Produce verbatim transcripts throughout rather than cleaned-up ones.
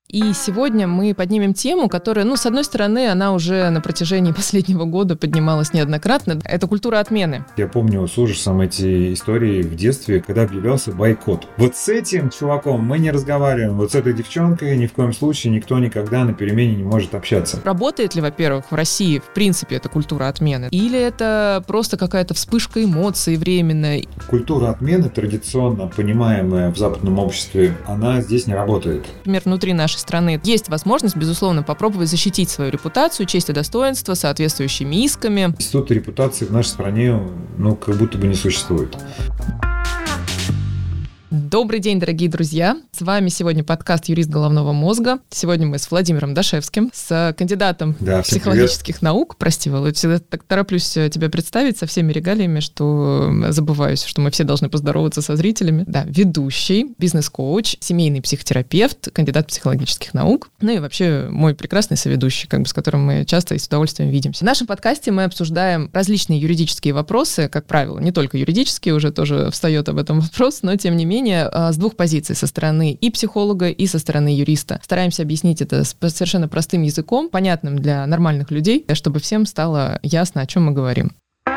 И сегодня мы поднимем тему, которая, ну, с одной стороны, она уже на протяжении последнего года поднималась неоднократно. Это культура отмены. Я помню с ужасом эти истории в детстве, когда объявлялся бойкот. Вот с этим чуваком мы не разговариваем, вот с этой девчонкой ни в коем случае никто никогда на перемене не может общаться. Работает ли, во-первых, в России, в принципе, эта культура отмены? Или это просто какая-то вспышка эмоций временная? Культура отмены, традиционно понимаемая в западном обществе, она здесь не работает. Например, внутри нашей страны есть возможность, безусловно, попробовать защитить свою репутацию, честь и достоинство соответствующими исками. Института репутации в нашей стране, ну, как будто бы не существует. Добрый день, дорогие друзья! С вами сегодня подкаст «Юрист головного мозга». Сегодня мы с Владимиром Дашевским, с кандидатом да, психологических привет. наук. Прости, Володь, всегда так тороплюсь тебя представить со всеми регалиями, что забываюсь, что мы все должны поздороваться со зрителями. Да, ведущий, бизнес-коуч, семейный психотерапевт, кандидат психологических наук, ну и вообще мой прекрасный соведущий, как бы, с которым мы часто и с удовольствием видимся. В нашем подкасте мы обсуждаем различные юридические вопросы, как правило, не только юридические, уже тоже встает об этом вопрос, но тем не менее с двух позиций, со стороны и психолога, и со стороны юриста. Стараемся объяснить это совершенно простым языком, понятным для нормальных людей, чтобы всем стало ясно, о чем мы говорим.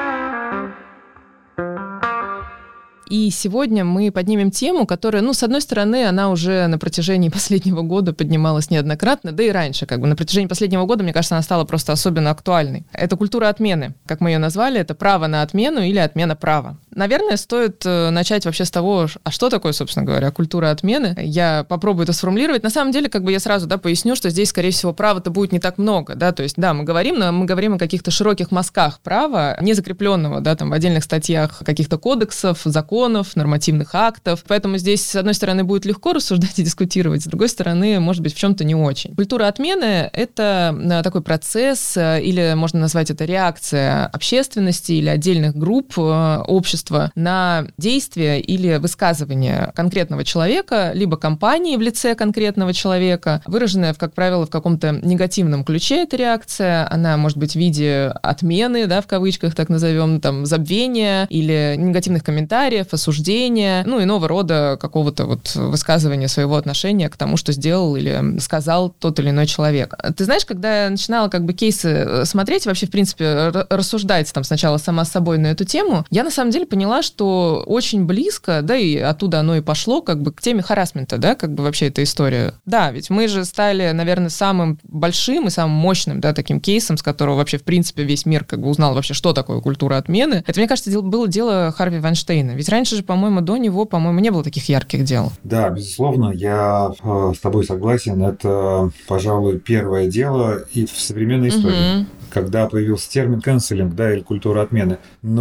И сегодня мы поднимем тему, которая, ну, с одной стороны, она уже на протяжении последнего года поднималась неоднократно, да и раньше, как бы на протяжении последнего года, мне кажется, она стала просто особенно актуальной. Это культура отмены, как мы ее назвали, это право на отмену или отмена права. Наверное, стоит начать вообще с того, а что такое, собственно говоря, культура отмены. Я попробую это сформулировать. На самом деле, как бы я сразу, да, поясню, что здесь, скорее всего, права-то будет не так много, да, то есть, да, мы говорим, но мы говорим о каких-то широких мазках права, не закрепленного, да, там в отдельных статьях каких-то кодексов, законов, нормативных актов. Поэтому здесь, с одной стороны, будет легко рассуждать и дискутировать, с другой стороны, может быть, в чем-то не очень. Культура отмены — это такой процесс, или можно назвать это реакция общественности или отдельных групп общества на действия или высказывания конкретного человека, либо компании в лице конкретного человека, выраженная, как правило, в каком-то негативном ключе эта реакция. Она может быть в виде отмены, да, в кавычках так назовем, там, забвения или негативных комментариев, осуждения, ну, иного рода какого-то вот высказывания своего отношения к тому, что сделал или сказал тот или иной человек. Ты знаешь, когда я начинала как бы кейсы смотреть, вообще, в принципе, рассуждать там сначала сама с собой на эту тему, я на самом деле поняла, что очень близко, да, и оттуда оно и пошло, как бы к теме харассмента, да, как бы вообще эта история. Да, ведь мы же стали, наверное, самым большим и самым мощным, да, таким кейсом, с которого вообще, в принципе, весь мир как бы узнал вообще, что такое культура отмены. Это, мне кажется, было дело Харви Вайнштейна. Ведь раньше же, по-моему, до него, по-моему, не было таких ярких дел. Да, безусловно, я э, с тобой согласен. Это, пожалуй, первое дело и в современной истории. Угу. Когда появился термин канцелинг, да, или культура отмены.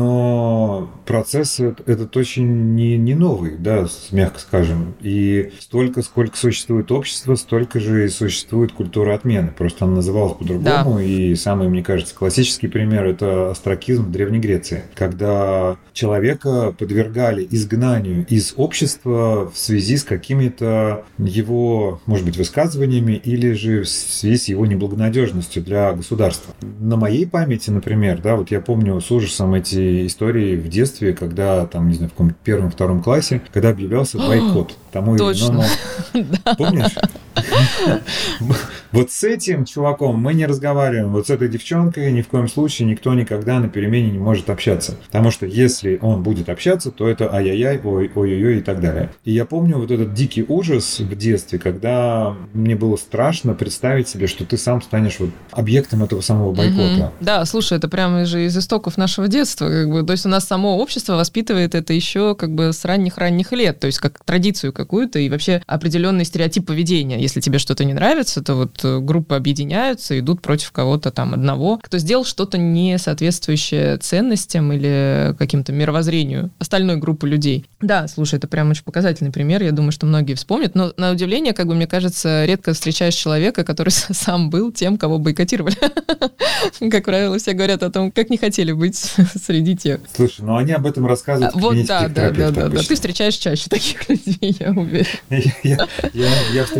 Но процесс этот очень не, не новый, да, мягко скажем. И столько, сколько существует общество, столько же и существует культура отмены. Просто она называлась по-другому. Да. И самый, мне кажется, классический пример – это остракизм в Древней Греции. Когда человека подвергали изгнанию из общества в связи с какими-то его, может быть, высказываниями или же в связи с его неблагонадежностью для государства. На моей памяти, например, да, вот я помню с ужасом эти истории в детстве, когда, там, не знаю, в каком-то первом-втором классе, когда объявлялся бойкот тому или иному. Помнишь? Вот с этим чуваком мы не разговариваем, вот с этой девчонкой ни в коем случае никто никогда на перемене не может общаться. Потому что если он будет общаться, то это ай-яй-яй, ой-ой-ой и так далее. И я помню вот этот дикий ужас в детстве, когда мне было страшно представить себе, что ты сам станешь вот объектом этого самого бойкота. Mm-hmm. Да, слушай, это прямо же из истоков нашего детства. Как бы, то есть у нас само общество воспитывает это еще как бы с ранних-ранних лет, то есть как традицию какую-то и вообще определенный стереотип поведения. Если тебе что-то не нравится, то вот группы объединяются, идут против кого-то там одного, кто сделал что-то не соответствующее ценностям или каким-то мировоззрению остальной группы людей. Да, слушай, это прям очень показательный пример, я думаю, что многие вспомнят, но на удивление, как бы, мне кажется, редко встречаешь человека, который сам был тем, кого бойкотировали. Как правило, все говорят о том, как не хотели быть среди тех. Слушай, ну они об этом рассказывают. Вот да, да, да, да, да. Ты встречаешь чаще таких людей, я уверен. Я, я, я, я встречаю чаще.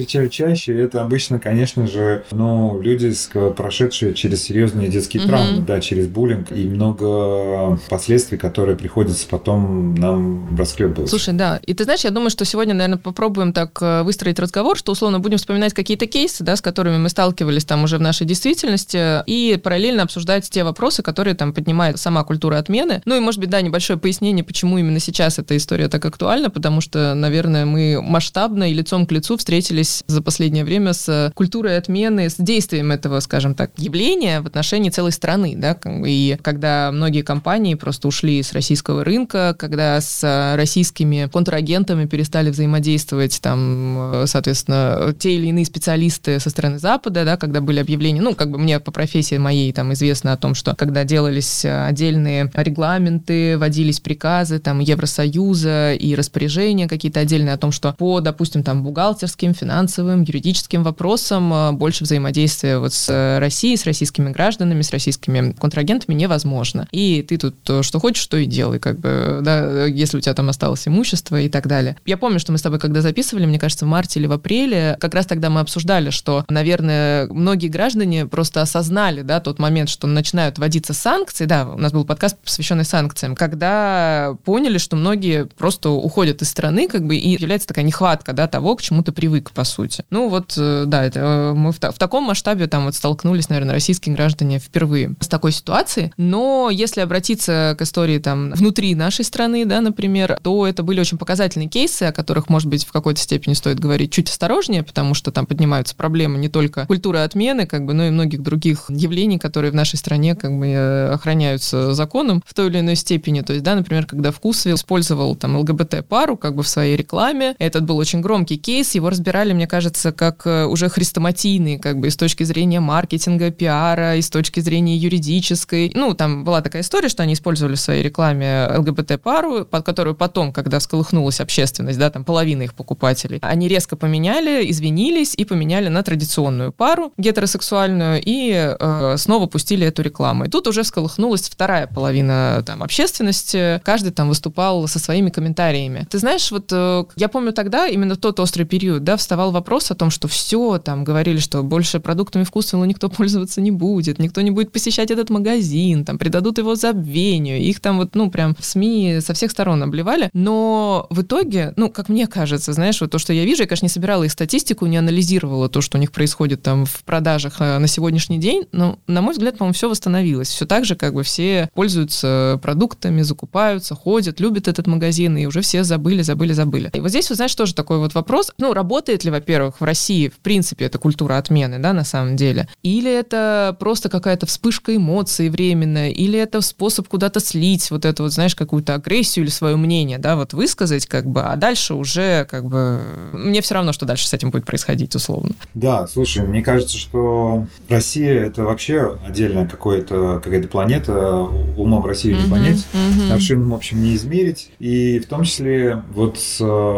чаще это обычно, конечно же, ну, люди, прошедшие через серьезные детские mm-hmm. травмы, да, через буллинг и много последствий, которые приходится потом нам расхлебывать. Слушай, да, и ты знаешь, я думаю, что сегодня, наверное, попробуем так выстроить разговор, что условно будем вспоминать какие-то кейсы, да, с которыми мы сталкивались там уже в нашей действительности, и параллельно обсуждать те вопросы, которые там поднимает сама культура отмены. Ну и, может быть, да, небольшое пояснение, почему именно сейчас эта история так актуальна, потому что, наверное, мы масштабно и лицом к лицу встретились за последнее время с культурой отмены, с действием этого, скажем так, явления в отношении целой страны, да, и когда многие компании просто ушли с российского рынка, когда с российскими контрагентами перестали взаимодействовать там, соответственно, те или иные специалисты со стороны Запада, да, когда были объявления, ну, как бы мне по профессии моей там известно о том, что когда делались отдельные регламенты, вводились приказы там Евросоюза и распоряжения какие-то отдельные о том, что по, допустим, там бухгалтерским, финансовым, юридическим вопросам больше взаимодействия вот с Россией, с российскими гражданами, с российскими контрагентами невозможно. И ты тут что хочешь, то и делай, как бы, да, если у тебя там осталось имущество и так далее. Я помню, что мы с тобой когда записывали, мне кажется, в марте или в апреле, как раз тогда мы обсуждали, что, наверное, многие граждане просто осознали, да, тот момент, что начинают вводиться санкции, да, у нас был подкаст, посвященный санкциям, когда поняли, что многие просто уходят из страны, как бы, и является такая нехватка, да, того, к чему ты привык, по сути. Ну вот, да, это мы в, в таком масштабе там вот столкнулись, наверное, российские граждане впервые с такой ситуацией, но если обратиться к истории там внутри нашей страны, да, например, то это были очень показательные кейсы, о которых, может быть, в какой-то степени стоит говорить чуть осторожнее, потому что там поднимаются проблемы не только культуры отмены, как бы, но и многих других явлений, которые в нашей стране как бы охраняются законом в той или иной степени. То есть, да, например, когда Вкусвилл использовал там ЛГБТ-пару как бы в своей рекламе, этот был очень громкий кейс, его разбирали, мне кажется, как уже хрестоматийный, как бы и с точки зрения маркетинга, пиара, и с точки зрения юридической. Ну, там была такая история, что они использовали в своей рекламе ЛГБТ-пару, под которую потом, когда всколыхнулась общественность, да, там половина их покупателей, они резко поменяли, извинились и поменяли на традиционную пару гетеросексуальную и э, снова пустили эту рекламу. И тут уже всколыхнулась вторая половина там общественности, каждый там выступал со своими комментариями. Ты знаешь, вот э, я помню тогда, именно в тот острый период, да, вставал вопрос о том, что все, там, говорили, что больше продуктами Вкусвилла никто пользоваться не будет, никто не будет посещать этот магазин, там, придадут его забвению, их там вот, ну, прям в СМИ со всех сторон обливали, но в итоге, ну, как мне кажется, знаешь, вот то, что я вижу, я, конечно, не собирала их статистику, не анализировала то, что у них происходит там в продажах на сегодняшний день, но, на мой взгляд, по-моему, все восстановилось. Все так же, как бы все пользуются продуктами, закупаются, ходят, любят этот магазин, и уже все забыли, забыли, забыли. И вот здесь, вот, знаешь, тоже такой вот вопрос, ну, работает ли, во-первых, в России, в принципе, эта культура отмены, да, на самом деле, или это просто какая-то вспышка эмоций временная, или это способ куда-то слить вот эту вот, знаешь, какую-то агрессию или свое мнение, да, вот высказать, как бы, а дальше уже, как бы, мне все равно, что дальше с этим будет происходить, условно. Да, слушай, мне кажется, что Россия — это вообще отдельная какая-то, какая-то планета, умом Россию не понять, uh-huh, аршином, в общем, не измерить, и в том числе вот с,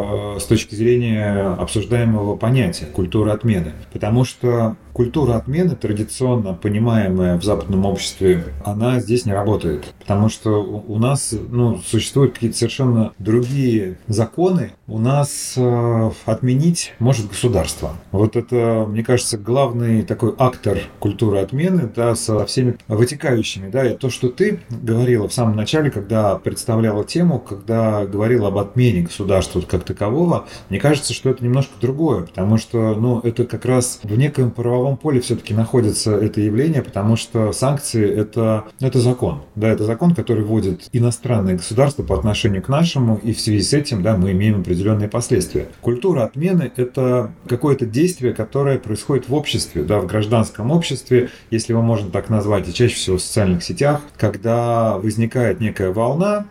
с точки зрения обсуждаемого понятия культуры отмены, потому что культура отмены, традиционно понимаемая в западном обществе, она здесь не работает. Потому что у нас, ну, существуют какие-то совершенно другие законы. У нас э, отменить может государство. Вот это, мне кажется, главный такой актор культуры отмены, да, со всеми вытекающими. Да, и то, что ты говорила в самом начале, когда представляла тему, когда говорила об отмене государства как такового, мне кажется, что это немножко другое. Потому что, ну, это как раз в некоем правовом В правовом поле все-таки находится это явление, потому что санкции это, это закон. Да, это закон, который вводит иностранные государства по отношению к нашему, и в связи с этим, да, мы имеем определенные последствия. Культура отмены это какое-то действие, которое происходит в обществе, да, в гражданском обществе, если его можно так назвать, и чаще всего в социальных сетях, когда возникает некая волна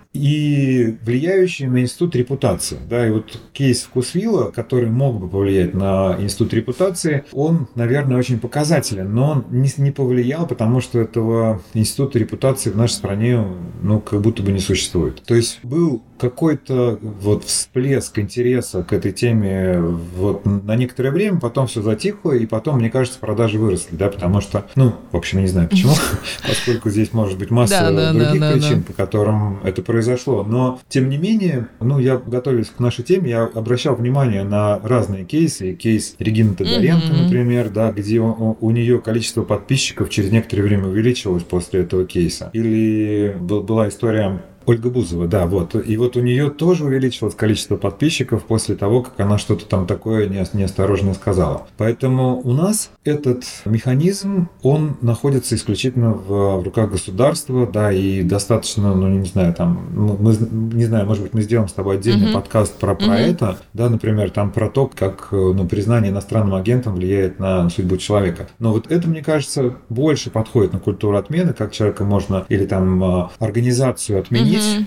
и влияющая на институт репутации. Да, и вот кейс Вкусвилла, который мог бы повлиять на институт репутации, он, наверное, очень показателен, но он не, не повлиял, потому что этого института репутации в нашей стране, ну, как будто бы не существует. То есть был какой-то вот всплеск интереса к этой теме вот на некоторое время, потом все затихло, и потом, мне кажется, продажи выросли, да, потому что, ну, в общем, я не знаю почему, поскольку здесь может быть масса других причин, по которым это произошло, но, тем не менее, ну, я, готовясь к нашей теме, я обращал внимание на разные кейсы, кейс Регины Тодоренко, mm-hmm. например, да, где у, у нее количество подписчиков через некоторое время увеличилось после этого кейса. Или была история Ольга Бузова, да, вот. И вот у нее тоже увеличилось количество подписчиков после того, как она что-то там такое неосторожно сказала. Поэтому у нас этот механизм, он находится исключительно в, в руках государства, да, и достаточно, ну, не знаю, там, мы, не знаю, может быть, мы сделаем с тобой отдельный mm-hmm. подкаст про, про mm-hmm. это, да, например, там про то, как, ну, признание иностранным агентом влияет на судьбу человека. Но вот это, мне кажется, больше подходит на культуру отмены, как человека можно, или там организацию отменить, Mm-hmm.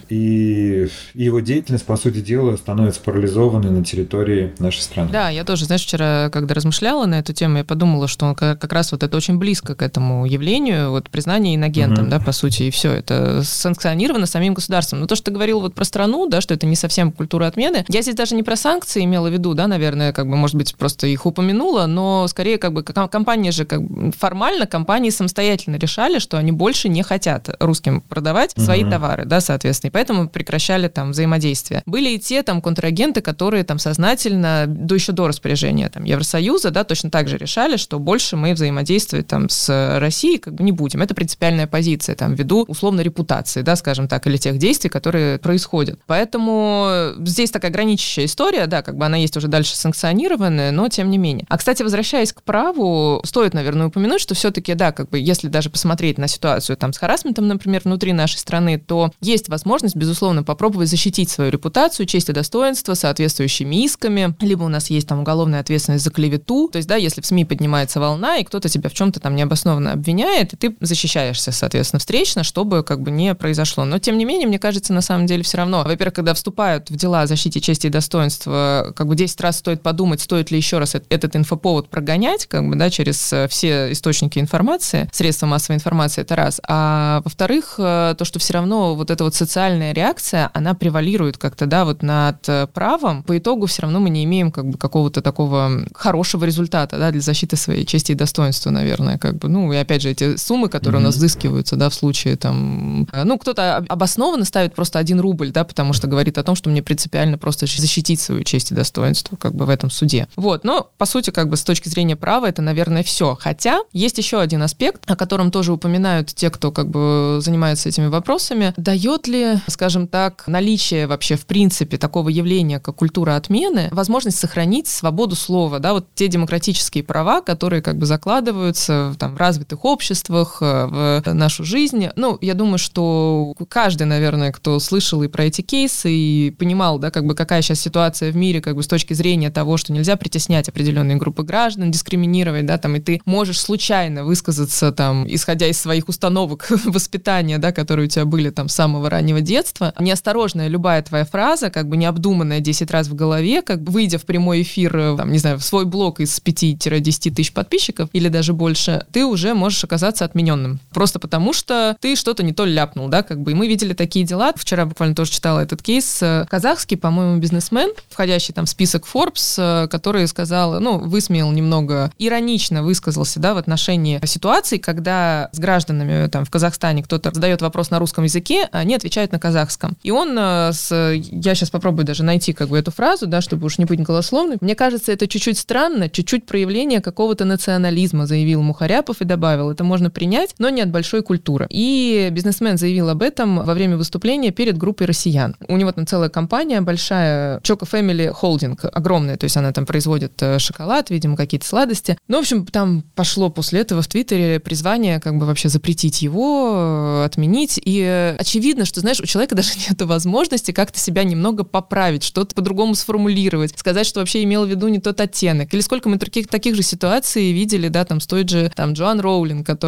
и его деятельность, по сути дела, становится парализованной на территории нашей страны. Да, я тоже, знаешь, вчера, когда размышляла на эту тему, я подумала, что как раз вот это очень близко к этому явлению, вот признание инагентом, mm-hmm. да, по сути, и все, это санкционировано самим государством. Но то, что ты говорил вот про страну, да, что это не совсем культура отмены, я здесь даже не про санкции имела в виду, да, наверное, как бы, может быть, просто их упомянула, но скорее, как бы, компании же, как бы, формально компании самостоятельно решали, что они больше не хотят русским продавать mm-hmm. свои товары, да, соответственно, и поэтому прекращали там взаимодействие. Были и те там контрагенты, которые там сознательно, до еще до распоряжения там Евросоюза, да, точно так же решали, что больше мы взаимодействовать там с Россией как бы не будем. Это принципиальная позиция, там, ввиду условно репутации, да, скажем так, или тех действий, которые происходят. Поэтому здесь такая граничащая история, да, как бы она есть уже дальше санкционированная, но тем не менее. А, кстати, возвращаясь к праву, стоит, наверное, упомянуть, что все-таки, да, как бы, если даже посмотреть на ситуацию там с харассментом, например, внутри нашей страны, то есть возможность, безусловно, попробовать защитить свою репутацию, честь и достоинство соответствующими исками, либо у нас есть там уголовная ответственность за клевету, то есть, да, если в СМИ поднимается волна, и кто-то тебя в чем-то там необоснованно обвиняет, и ты защищаешься, соответственно, встречно, чтобы как бы не произошло. Но, тем не менее, мне кажется, на самом деле все равно, во-первых, когда вступают в дела о защите чести и достоинства, как бы десять раз стоит подумать, стоит ли еще раз этот инфоповод прогонять, как бы, да, через все источники информации, средства массовой информации, это раз. А во-вторых, то, что все равно вот это вот социальная реакция, она превалирует как-то, да, вот над правом. По итогу все равно мы не имеем как бы какого-то такого хорошего результата, да, для защиты своей чести и достоинства, наверное, как бы. Ну, и опять же, эти суммы, которые mm-hmm. у нас взыскиваются, да, в случае там... Ну, кто-то обоснованно ставит просто один рубль, да, потому что говорит о том, что мне принципиально просто защитить свою честь и достоинство, как бы в этом суде. Вот, но, по сути, как бы с точки зрения права, это, наверное, все. Хотя есть еще один аспект, о котором тоже упоминают те, кто как бы занимается этими вопросами. Дает ли, скажем так, наличие вообще в принципе такого явления, как культура отмены, возможность сохранить свободу слова, да, вот те демократические права, которые как бы закладываются там, в развитых обществах, в нашу жизнь. Ну, я думаю, что каждый, наверное, кто слышал и про эти кейсы, и понимал, да, как бы какая сейчас ситуация в мире, как бы с точки зрения того, что нельзя притеснять определенные группы граждан, дискриминировать, да, там, и ты можешь случайно высказаться, там, исходя из своих установок воспитания, да, которые у тебя были там с самого раннего детства. Неосторожная любая твоя фраза, как бы необдуманная десять раз в голове, как бы выйдя в прямой эфир, там, не знаю, в свой блог из пяти-десяти тысяч подписчиков или даже больше, ты уже можешь оказаться отмененным. Просто потому, что ты что-то не то ляпнул, да, как бы. И мы видели такие дела. Вчера буквально тоже читала этот кейс. Казахский, по-моему, бизнесмен, входящий там в список Forbes, который сказал, ну, высмеял немного, иронично высказался, да, в отношении ситуации, когда с гражданами там в Казахстане кто-то задает вопрос на русском языке, а они отвечают на казахском. И он, с, я сейчас попробую даже найти как бы эту фразу, да, чтобы уж не быть голословной. Мне кажется, это чуть-чуть странно, чуть-чуть проявление какого-то национализма, заявил Мухаряпов и добавил, это можно принять, но не от большой культуры. И бизнесмен заявил об этом во время выступления перед группой россиян. У него там целая компания большая, Choco Family Holding, огромная, то есть она там производит шоколад, видимо, какие-то сладости. Ну, в общем, там пошло после этого в Твиттере призвание как бы вообще запретить его, отменить. И очевидно, что, знаешь, у человека даже нет возможности как-то себя немного поправить, что-то по-другому сформулировать, сказать, что вообще имел в виду не тот оттенок. Или сколько мы таких, таких же ситуаций видели, да, там, с той же там Джоан Роулинг, которая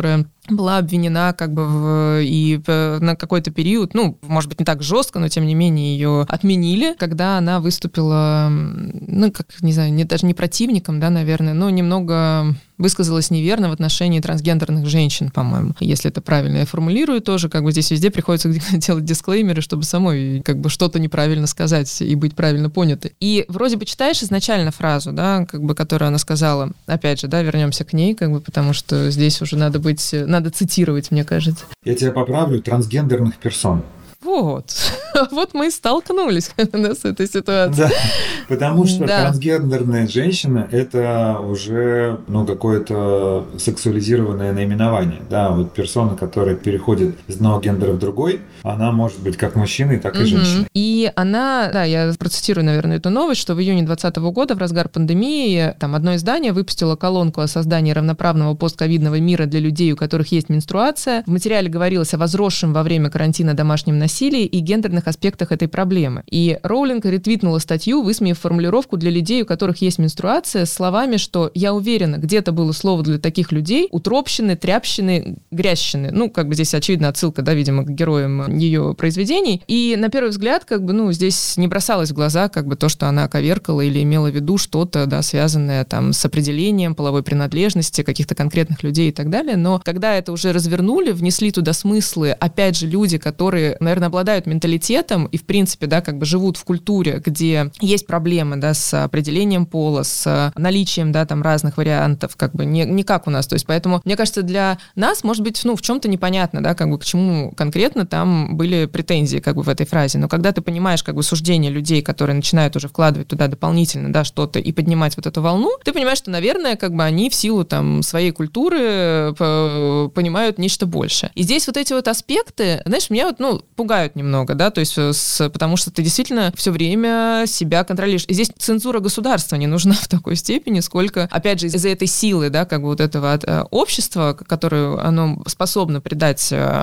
была обвинена как бы в, и на какой-то период, ну, может быть, не так жестко, но тем не менее ее отменили, когда она выступила, ну, как, не знаю, не, даже не противником, да, наверное, но немного высказалась неверно в отношении трансгендерных женщин, по-моему. Если это правильно я формулирую, тоже как бы здесь везде приходится делать дисклеймеры, чтобы самой как бы что-то неправильно сказать и быть правильно понятой. И вроде бы читаешь изначально фразу, да, как бы, которую она сказала, опять же, да, вернемся к ней, как бы, потому что здесь уже надо быть, надо цитировать, мне кажется. Я тебя поправлю, трансгендерных персон. Вот. Вот мы и столкнулись с этой ситуацией. Да, потому что да. трансгендерная женщина – это уже ну, какое-то сексуализированное наименование. Да, вот персона, которая переходит из одного гендера в другой, она может быть как мужчиной, так и женщиной. И она, да, я процитирую, наверное, эту новость, что в июне двадцатого года, в разгар пандемии, там одно издание выпустило колонку о создании равноправного постковидного мира для людей, у которых есть менструация. В материале говорилось о возросшем во время карантина домашнем насилии и гендерных аспектах этой проблемы. И Роулинг ретвитнула статью, высмеяв формулировку для людей, у которых есть менструация, с словами, что «я уверена, где-то было слово для таких людей, утропщины, тряпщины, грязщины». Ну, как бы здесь очевидно отсылка, да, видимо, к героям ее произведений. И на первый взгляд, как бы, ну, здесь не бросалось в глаза, как бы, то, что она коверкала или имела в виду что-то, да, связанное там с определением половой принадлежности каких-то конкретных людей и так далее. Но когда это уже развернули, внесли туда смыслы, опять же, люди, которые, наверное, обладают менталитетом и, в принципе, да, как бы живут в культуре, где есть проблемы, да, с определением пола, с наличием, да, там разных вариантов, как бы не, не как у нас. То есть, поэтому, мне кажется, для нас, может быть, ну, в чем-то непонятно, да, как бы к чему конкретно там были претензии, как бы в этой фразе. Но когда ты понимаешь, как бы, суждения людей, которые начинают уже вкладывать туда дополнительно, да, что-то и поднимать вот эту волну, ты понимаешь, что, наверное, как бы они в силу там своей культуры понимают нечто большее. И здесь вот эти вот аспекты, знаешь, меня вот, ну, пугают немного, да, то есть с, потому что ты действительно все время себя контролируешь. И здесь цензура государства не нужна в такой степени, сколько, опять же, из-за этой силы, да, как бы вот этого от, э, общества, которую оно способно придать э,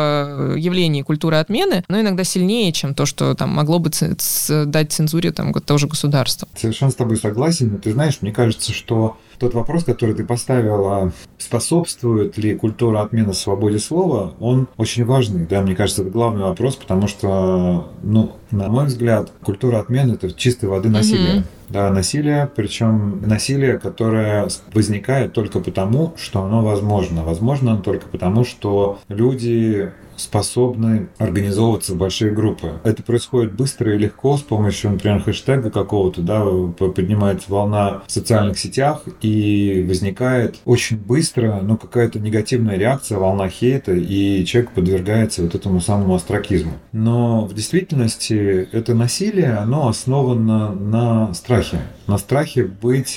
в явлении культуры отмены, но иногда сильнее, чем то, что там могло бы ц- ц- дать цензуре там тоже государство. Совершенно с тобой согласен. Но ты знаешь, мне кажется, что тот вопрос, который ты поставила, способствует ли культура отмены свободе слова, он очень важный. Да, мне кажется, это главный вопрос, потому что, ну, на мой взгляд, культура отмены – это чистой воды насилие. Mm-hmm. Да, насилие, причем насилие, которое возникает только потому, что оно возможно. Возможно оно только потому, что люди способны организовываться в большие группы. Это происходит быстро и легко с помощью, например, хэштега какого-то, да, поднимается волна в социальных сетях, и возникает очень быстро, ну, какая-то негативная реакция, волна хейта, и человек подвергается вот этому самому остракизму. Но в действительности это насилие, оно основано на страхе. На страхе быть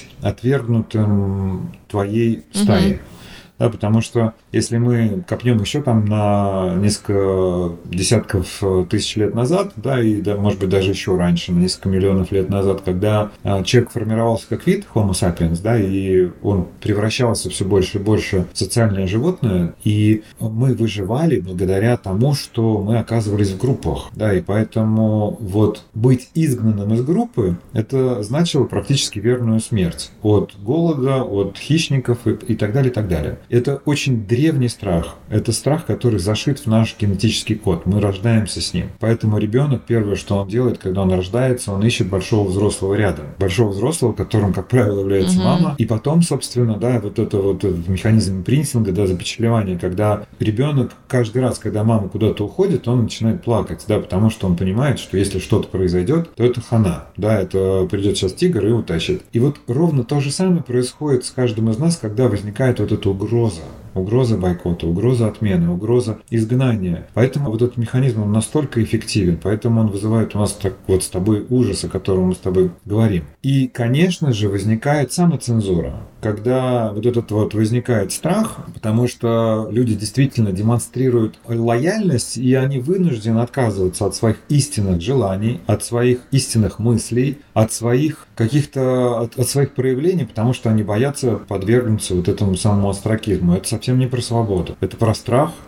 отвергнутым твоей стаей. Mm-hmm. Да, потому что если мы копнем еще там на несколько десятков тысяч лет назад, да, и, да, может быть, даже еще раньше, на несколько миллионов лет назад, когда а, человек формировался как вид, Homo sapiens, да, и он превращался все больше и больше в социальное животное, и мы выживали благодаря тому, что мы оказывались в группах, да, и поэтому вот быть изгнанным из группы, это значило практически верную смерть от голода, от хищников и, и так далее, и так далее. Это очень древний страх. Это страх, который зашит в наш генетический код. Мы рождаемся с ним. Поэтому ребенок, первое, что он делает, когда он рождается, он ищет большого взрослого рядом. Большого взрослого, которым, как правило, является угу. мама. И потом, собственно, да, вот это вот этот механизм импринтинга, да, запечатлевания, когда ребенок каждый раз, когда мама куда-то уходит, он начинает плакать, да, потому что он понимает, что если что-то произойдет, то это хана. Да, это придет сейчас тигр и утащит. И вот ровно то же самое происходит с каждым из нас, когда возникает вот эта угроза. Угроза бойкота, угроза отмены, угроза изгнания. Поэтому вот этот механизм он настолько эффективен, поэтому он вызывает у нас так вот с тобой ужас, о котором мы с тобой говорим. И, конечно же, возникает самоцензура, когда вот этот вот возникает страх, потому что люди действительно демонстрируют лояльность, и они вынуждены отказываться от своих истинных желаний, от своих истинных мыслей, от своих каких-то, от, от своих проявлений, потому что они боятся подвергнуться вот этому самому остракизму. Это совсем не про свободу. Это про страх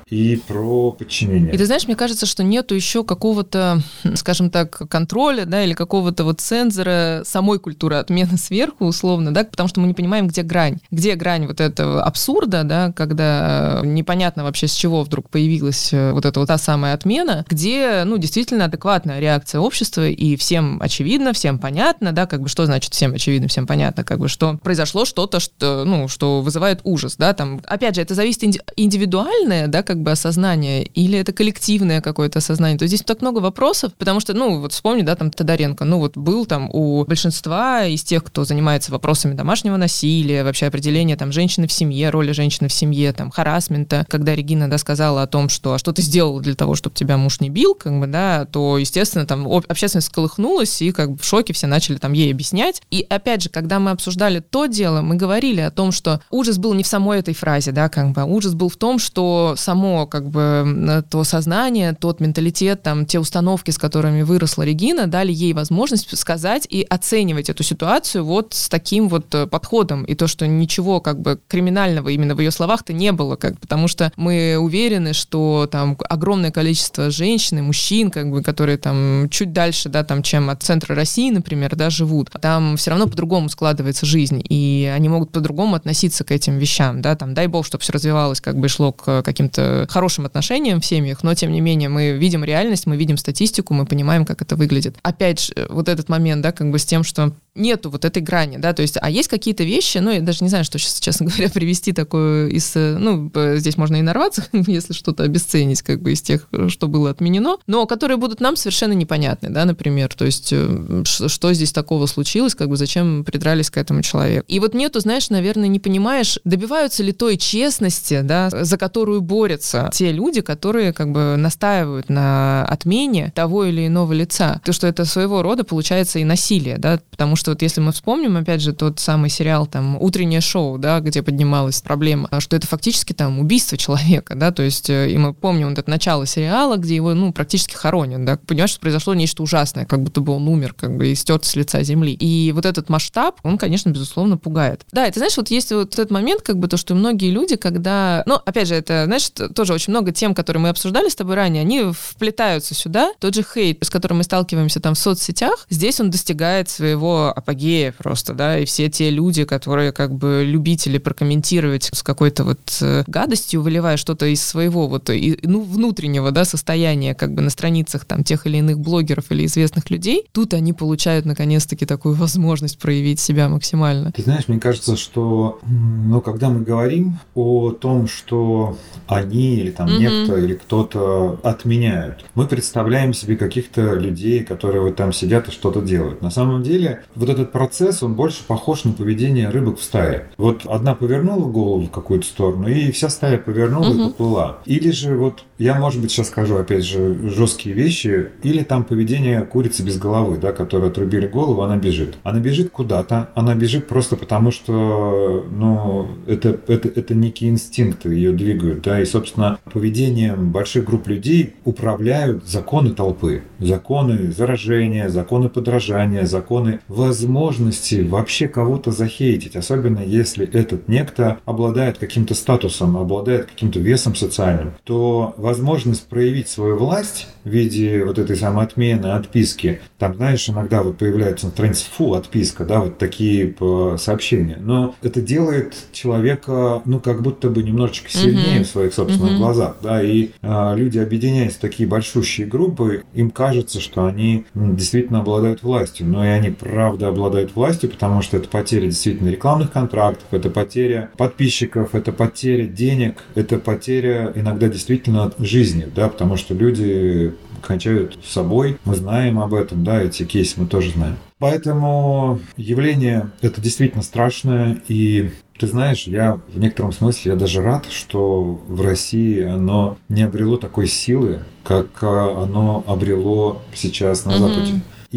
и про подчинение. И ты знаешь, мне кажется, что нету еще какого-то, скажем так, контроля, да, или какого-то вот цензора самой культуры отмены сверху, условно, да, потому что мы не понимаем, где грань. Где грань вот этого абсурда, да, когда непонятно вообще, с чего вдруг появилась вот эта вот та самая отмена, где, ну, действительно адекватная реакция общества, и всем очевидно, всем понятно, да, как бы, что значит всем очевидно, всем понятно, как бы, что произошло что-то, что, ну, что вызывает ужас, да, там, опять же, это зависит инди- индивидуальное, да, как бы осознание, или это коллективное какое-то осознание. То есть здесь так много вопросов, потому что, ну, вот вспомни, да, там, Тодоренко, ну, вот был там у большинства из тех, кто занимается вопросами домашнего насилия, вообще определения, там, женщины в семье, роли женщины в семье, там, харассмента, когда Регина, да, сказала о том, что, а что ты сделала для того, чтобы тебя муж не бил, как бы, да, то, естественно, там, общественность всколыхнулась, и, как бы, в шоке все начали там ей объяснять. И, опять же, когда мы обсуждали то дело, мы говорили о том, что ужас был не в самой этой фразе, да, как бы, ужас был в том, что само, как бы, то сознание, тот менталитет, там, те установки, с которыми выросла Регина, дали ей возможность сказать и оценивать эту ситуацию вот с таким вот подходом. И то, что ничего, как бы, криминального именно в ее словах-то не было, как, потому что мы уверены, что там огромное количество женщин и мужчин, как бы, которые там чуть дальше, да, там, чем от центра России, например, да, живут, там все равно по-другому складывается жизнь, и они могут по-другому относиться к этим вещам, да, там, дай бог, чтобы все развивалось, как бы, и шло к каким-то хорошим отношениям в семьях, но, тем не менее, мы видим реальность, мы видим статистику, мы понимаем, как это выглядит. Опять же, вот этот момент, да, как бы, с тем, что нету вот этой грани, да, то есть, а есть какие-то вещи, ну, я даже не знаю, что сейчас, честно говоря, привести такое из, ну, здесь можно и нарваться, если что-то обесценить, как бы, из тех, что было отменено, но которые будут нам совершенно непонятны, да, например, то есть, что здесь такого случилось, как бы, зачем придрались к этому человеку. И вот нету, знаешь, наверное, не понимаешь, добиваются ли той честности, да, за которую борются те люди, которые, как бы, настаивают на отмене того или иного лица. То, что это своего рода, получается, и насилие, да, потому что вот если мы вспомним, опять же, тот самый сериал, там, «Утреннее шоу», да, где поднималась проблема, что это фактически, там, убийство человека, да, то есть, и мы помним вот это начало сериала, где его, ну, практически хоронят, да, понимаешь, что произошло нечто ужасное, как будто бы он умер, как бы, и стерт с лица земли. И вот этот масштаб, он, конечно, безусловно, пугает. Да, и ты знаешь, вот есть вот этот момент, как бы, то, что многие люди, когда, ну, опять же, это, знаешь, тоже очень много тем, которые мы обсуждали с тобой ранее, они вплетаются сюда. Тот же хейт, с которым мы сталкиваемся там в соцсетях, здесь он достигает своего апогея просто, да, и все те люди, которые, как бы, любители прокомментировать с какой-то вот гадостью, выливая что-то из своего вот, и, ну, внутреннего, да, состояния, как бы, на страницах там тех или иных блогеров или известных людей, тут они получают наконец-таки такую возможность проявить себя максимально. Ты знаешь, мне кажется, что, ну, когда мы говорим о том, что они или там mm-hmm. некто или кто-то отменяют, мы представляем себе каких-то людей, которые вот там сидят и что-то делают. На самом деле, вот этот процесс, он больше похож на поведение рыбок в стае. Вот одна повернула голову в какую-то сторону, и вся стая повернула mm-hmm. и поплыла. Или же вот, я, может быть, сейчас скажу, опять же, жесткие вещи, или там поведение курицы без головы, да, которая отрубили голову, она бежит. Она бежит куда-то, она бежит просто потому, что, ну, это, это, это некие инстинкты ее двигают, да, и, собственно, поведением больших групп людей управляют законы толпы, законы заражения, законы подражания, законы возможности вообще кого-то захейтить, особенно если этот некто обладает каким-то статусом, обладает каким-то весом социальным, то возможность проявить свою власть в виде вот этой самой отмены, отписки, там, знаешь, иногда вот появляются на странице «фу, отписка», да, вот такие сообщения, но это делает человека, ну, как будто бы немножечко сильнее mm-hmm. в своих собственных mm-hmm. глазах, да, и а, люди, объединяясь в такие большущие группы, им кажется, что они ну, действительно обладают властью, но и они правда обладают властью, потому что это потеря действительно рекламных контрактов, это потеря подписчиков, это потеря денег, это потеря иногда действительно жизни, да, потому что люди кончают с собой, мы знаем об этом, да, эти кейсы мы тоже знаем. Поэтому явление это действительно страшное, и ты знаешь, я в некотором смысле, я даже рад, что в России оно не обрело такой силы, как оно обрело сейчас на mm-hmm. Западе.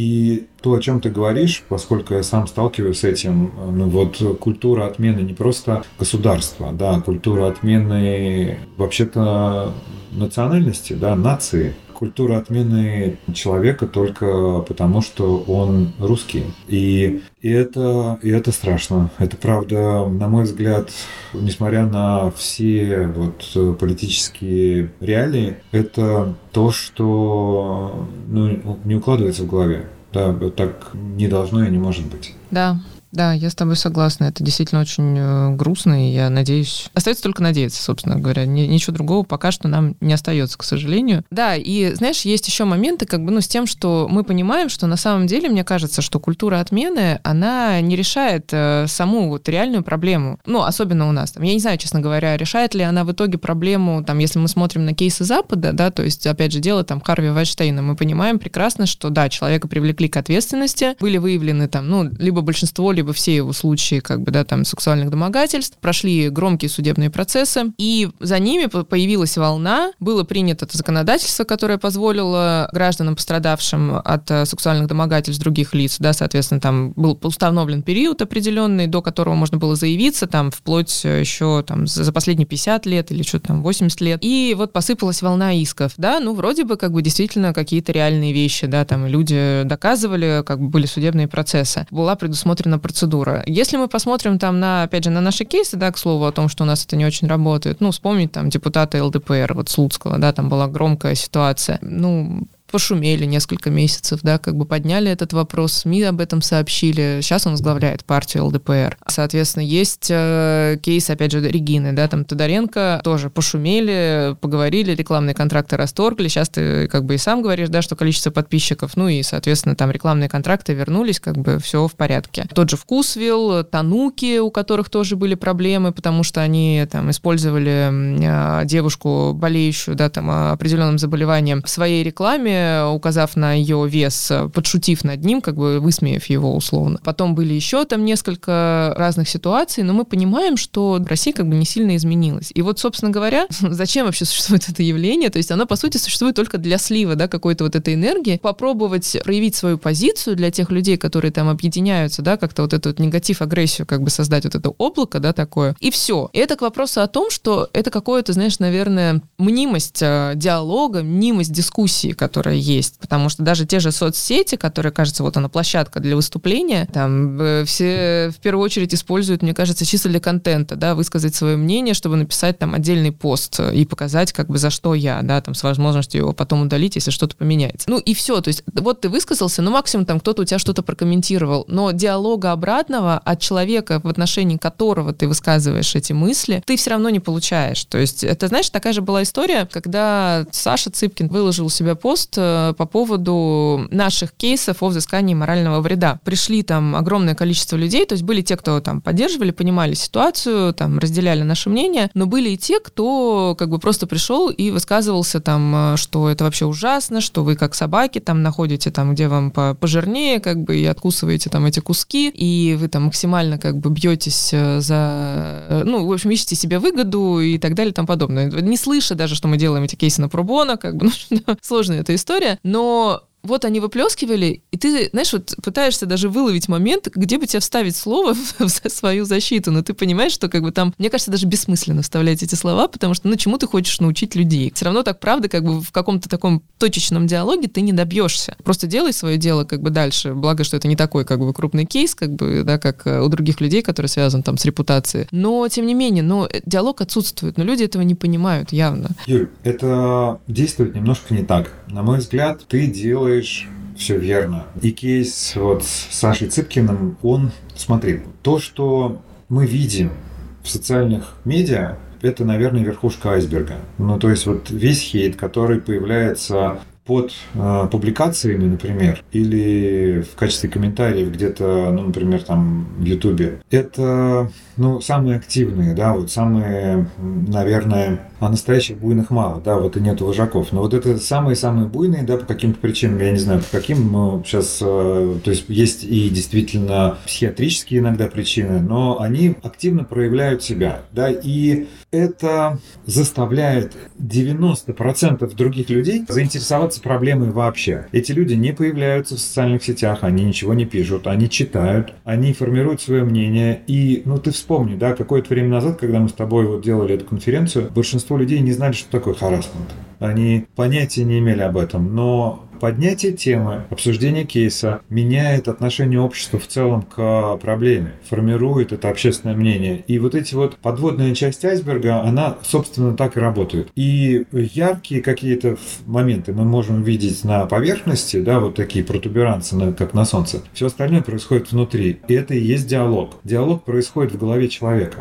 И то, о чем ты говоришь, поскольку я сам сталкиваюсь с этим, ну вот культура отмены не просто государства, да, культура отмены вообще-то национальности, да, нации, культура отмены человека только потому, что он русский. И, и, это, и это страшно. Это правда, на мой взгляд, несмотря на все вот политические реалии, это то, что ну, не укладывается в голове. Да, так не должно и не может быть. Да. Да, я с тобой согласна. Это действительно очень э, грустно, и я надеюсь... Остается только надеяться, собственно говоря. Ни, ничего другого пока что нам не остается, к сожалению. Да, и, знаешь, есть еще моменты, как бы, ну, с тем, что мы понимаем, что на самом деле, мне кажется, что культура отмены, она не решает э, саму вот реальную проблему. Ну, особенно у нас. Там, я не знаю, честно говоря, решает ли она в итоге проблему, там, если мы смотрим на кейсы Запада, да, то есть, опять же, дело там Харви Вайнштейна, мы понимаем прекрасно, что, да, человека привлекли к ответственности, были выявлены там, ну, либо большинство, либо либо все его случаи, как бы, да, там, сексуальных домогательств, прошли громкие судебные процессы, и за ними появилась волна, было принято это законодательство, которое позволило гражданам, пострадавшим от сексуальных домогательств других лиц, да, соответственно, там был установлен период определенный, до которого можно было заявиться, там, вплоть еще, там, за последние пятьдесят лет или что-то там, восемьдесят лет, и вот посыпалась волна исков, да, ну, вроде бы, как бы, действительно какие-то реальные вещи, да, там, люди доказывали, как бы, были судебные процессы, была предусмотрена процедура. Если мы посмотрим там на, опять же, на наши кейсы, да, к слову, о том, что у нас это не очень работает, ну, вспомнить там депутата эл дэ пэ эр, вот Слуцкого, да, там была громкая ситуация, ну, пошумели несколько месяцев, да, как бы подняли этот вопрос, СМИ об этом сообщили. Сейчас он возглавляет партию эл дэ пэ эр. Соответственно, есть э, кейс, опять же, Регины, да, там Тодоренко тоже пошумели, поговорили, рекламные контракты расторгли. Сейчас ты как бы и сам говоришь, да, что количество подписчиков, ну и, соответственно, там рекламные контракты вернулись, как бы все в порядке. Тот же Вкусвилл, Тануки, у которых тоже были проблемы, потому что они там использовали э, девушку, болеющую, да, там определенным заболеванием в своей рекламе, указав на ее вес, подшутив над ним, как бы высмеяв его условно. Потом были еще там несколько разных ситуаций, но мы понимаем, что Россия как бы не сильно изменилась. И вот, собственно говоря, зачем вообще существует это явление? То есть оно, по сути, существует только для слива, да, какой-то вот этой энергии, попробовать проявить свою позицию для тех людей, которые там объединяются, да, как-то вот эту вот негатив, агрессию как бы создать, вот это облако, да, такое. И все. И это к вопросу о том, что это какое-то, знаешь, наверное, мнимость диалога, мнимость дискуссии, которая есть, потому что даже те же соцсети, которые, кажется, вот она площадка для выступления, там все в первую очередь используют, мне кажется, чисто для контента, да, высказать свое мнение, чтобы написать там отдельный пост и показать, как бы, за что я, да, там, с возможностью его потом удалить, если что-то поменяется. Ну и все, то есть вот ты высказался, ну максимум там кто-то у тебя что-то прокомментировал, но диалога обратного от человека, в отношении которого ты высказываешь эти мысли, ты все равно не получаешь. То есть это, знаешь, такая же была история, когда Саша Цыпкин выложил у себя пост по поводу наших кейсов о взыскании морального вреда. Пришли там огромное количество людей, то есть были те, кто там поддерживали, понимали ситуацию, там разделяли наше мнение, но были и те, кто как бы просто пришел и высказывался там, что это вообще ужасно, что вы как собаки там находите там, где вам пожирнее, как бы, и откусываете там эти куски, и вы там максимально как бы бьетесь за, ну, в общем, ищете себе выгоду и так далее и тому подобное. Не слыша даже, что мы делаем эти кейсы на пробоно, как бы, ну, сложная эта история, но вот они выплескивали, и ты, знаешь, вот пытаешься даже выловить момент, где бы тебе вставить слово в свою защиту, но ты понимаешь, что как бы там, мне кажется, даже бессмысленно вставлять эти слова, потому что, ну, чему ты хочешь научить людей? Все равно так, правда, как бы в каком-то таком точечном диалоге ты не добьешься. Просто делай свое дело как бы дальше, благо, что это не такой как бы крупный кейс, как бы, да, как у других людей, которые связаны там с репутацией. Но, тем не менее, но диалог отсутствует, но люди этого не понимают явно. Юль, это действует немножко не так. На мой взгляд, ты делаешь все верно. И кейс вот с Сашей Цыпкиным, он, смотри, то, что мы видим в социальных медиа, это, наверное, верхушка айсберга. Ну, то есть вот весь хейт, который появляется под э, публикациями, например, или в качестве комментариев где-то, ну, например, там в Ютубе, это, ну, самые активные, да, вот самые, наверное, а настоящих буйных мало, да, вот и нету вожаков, но вот это самые-самые буйные, да, по каким-то причинам, я не знаю, по каким, но сейчас, э, то есть есть и действительно психиатрические иногда причины, но они активно проявляют себя, да, и это заставляет девяносто процентов других людей заинтересоваться остается проблемой вообще. Эти люди не появляются в социальных сетях, они ничего не пишут, они читают, они формируют свое мнение. И, ну, ты вспомни, да, какое-то время назад, когда мы с тобой вот делали эту конференцию, большинство людей не знали, что такое харассмент. Они понятия не имели об этом, но поднятие темы, обсуждение кейса меняет отношение общества в целом к проблеме, формирует это общественное мнение. И вот эти вот подводная часть айсберга, она, собственно, так и работает. И яркие какие-то моменты мы можем видеть на поверхности, да, вот такие протуберанцы, как на солнце. Все остальное происходит внутри. И это и есть диалог. Диалог происходит в голове человека.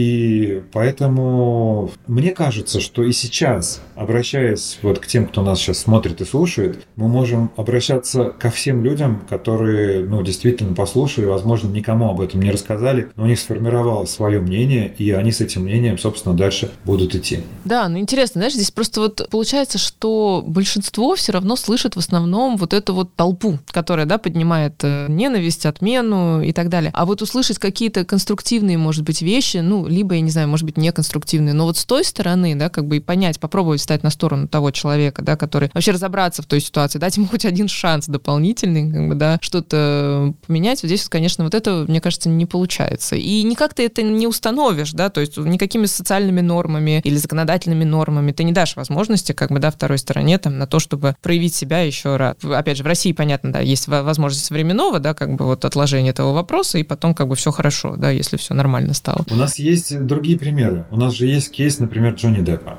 И поэтому мне кажется, что и сейчас, обращаясь вот к тем, кто нас сейчас смотрит и слушает, мы можем обращаться ко всем людям, которые, ну, действительно послушали, возможно, никому об этом не рассказали, но у них сформировалось свое мнение, и они с этим мнением, собственно, дальше будут идти. Да, ну интересно, знаешь, здесь просто вот получается, что большинство все равно слышит в основном вот эту вот толпу, которая, да, поднимает ненависть, отмену и так далее. А вот услышать какие-то конструктивные, может быть, вещи, ну, либо, я не знаю, может быть, неконструктивные, но вот с той стороны, да, как бы и понять, попробовать встать на сторону того человека, да, который вообще разобраться в той ситуации, дать ему хоть один шанс дополнительный, как бы, да, что-то поменять. Вот здесь, конечно, вот это, мне кажется, не получается. И никак ты это не установишь, да, то есть никакими социальными нормами или законодательными нормами ты не дашь возможности, как бы, да, второй стороне там на то, чтобы проявить себя еще раз. Опять же, в России, понятно, да, есть возможность временного, да, как бы вот отложения этого вопроса, и потом как бы все хорошо, да, если все нормально стало. У нас есть другие примеры. У нас же есть кейс, например, Джонни Деппа,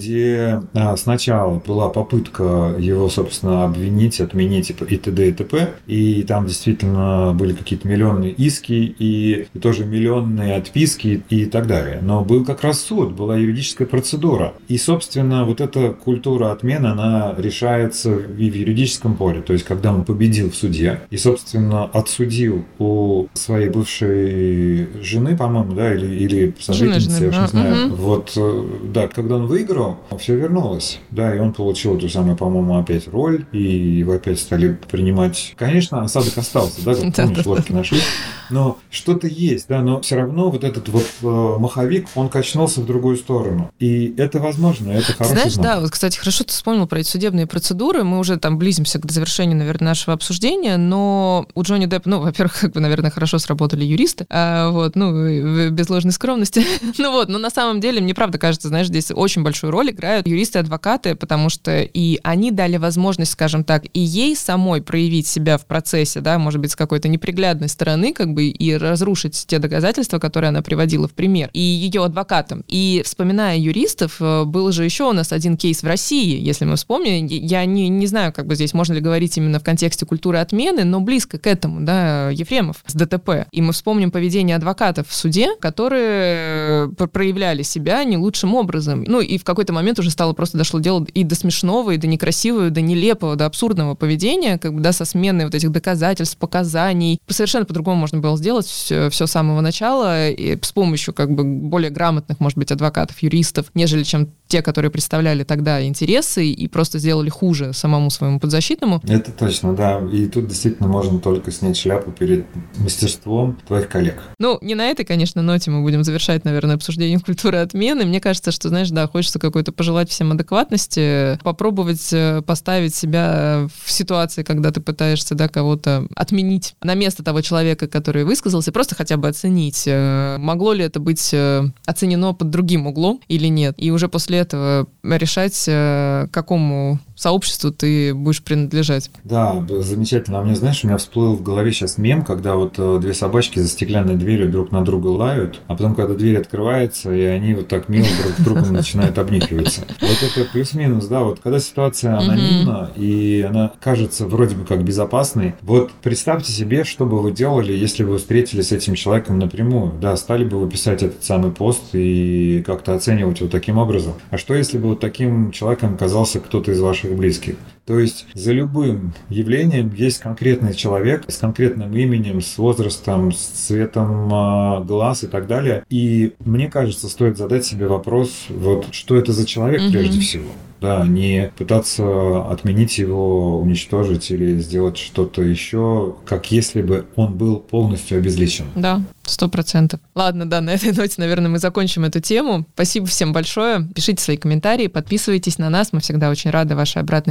где а, сначала была попытка его, собственно, обвинить, отменить и т.д. и т.п. И там действительно были какие-то миллионные иски и, и тоже миллионные отписки и так далее. Но был как раз суд, была юридическая процедура. И, собственно, вот эта культура отмены, она решается и в юридическом поле. То есть, когда он победил в суде и, собственно, отсудил у своей бывшей жены, по-моему, да, или, или сожительницы, я уж не знаю. Угу. Вот, да, когда он выиграл, все вернулось, да, и он получил эту самую, по-моему, опять роль, и его опять стали принимать. Конечно, осадок остался, да, как помнишь, лодки нашли, но что-то есть, да, но все равно вот этот вот э, маховик, он качнулся в другую сторону, и это возможно, это хороший Знаешь, знак. да, вот, кстати, хорошо ты вспомнил про эти судебные процедуры, мы уже там близимся к завершению, наверное, нашего обсуждения, но у Джонни Деппа, ну, во-первых, как бы, наверное, хорошо сработали юристы, а, вот, ну, без ложной скромности, ну вот, но на самом деле, мне правда кажется, знаешь, здесь очень большой роль играют юристы и адвокаты, потому что и они дали возможность, скажем так, и ей самой проявить себя в процессе, да, может быть, с какой-то неприглядной стороны, как бы, и разрушить те доказательства, которые она приводила в пример, и ее адвокатам. И, вспоминая юристов, был же еще у нас один кейс в России, если мы вспомним, я не, не знаю, как бы здесь можно ли говорить именно в контексте культуры отмены, но близко к этому, да, Ефремов с ДТП. И мы вспомним поведение адвокатов в суде, которые проявляли себя не лучшим образом. Ну, и в какой-то момент уже стало просто дошло дело и до смешного, и до некрасивого, и до нелепого, до абсурдного поведения, как бы, да, со сменой вот этих доказательств, показаний. Совершенно по-другому можно было сделать все, все с самого начала, и с помощью, как бы, более грамотных, может быть, адвокатов, юристов, нежели чем те, которые представляли тогда интересы и просто сделали хуже самому своему подзащитному. Это точно, да. И тут действительно можно только снять шляпу перед мастерством твоих коллег. Ну, не на этой, конечно, ноте мы будем завершать, наверное, обсуждение культуры отмены. Мне кажется, что, знаешь, да, хочется какой-то пожелать всем адекватности, попробовать поставить себя в ситуации, когда ты пытаешься, да, кого-то отменить на место того человека, который высказался, просто хотя бы оценить, могло ли это быть оценено под другим углом или нет, и уже после этого решать, к какому сообществу ты будешь принадлежать. Да, замечательно. А мне, знаешь, у меня всплыл в голове сейчас мем, когда вот две собачки за стеклянной дверью друг на друга лают, а потом, когда дверь открывается, и они вот так мило друг с другом начинают обнюхиваться. Вот это плюс-минус, да, вот когда ситуация анонимна, mm-hmm. и она кажется вроде бы как безопасной, вот представьте себе, что бы вы делали, если бы вы встретились с этим человеком напрямую, да, стали бы вы писать этот самый пост и как-то оценивать его таким образом. А что, если бы вот таким человеком оказался кто-то из ваших близких? То есть за любым явлением есть конкретный человек с конкретным именем, с возрастом, с цветом э, глаз и так далее. И мне кажется, стоит задать себе вопрос, вот что это за человек mm-hmm. прежде всего. Да, не пытаться отменить его, уничтожить или сделать что-то еще, как если бы он был полностью обезличен. Да, сто процентов. Ладно, да, на этой ноте, наверное, мы закончим эту тему. Спасибо всем большое. Пишите свои комментарии, подписывайтесь на нас. Мы всегда очень рады вашей обратной связи.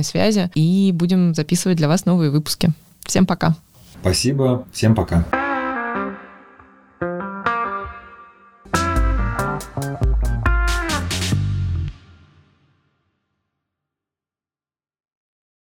и будем записывать для вас новые выпуски. Всем пока. Спасибо, всем пока.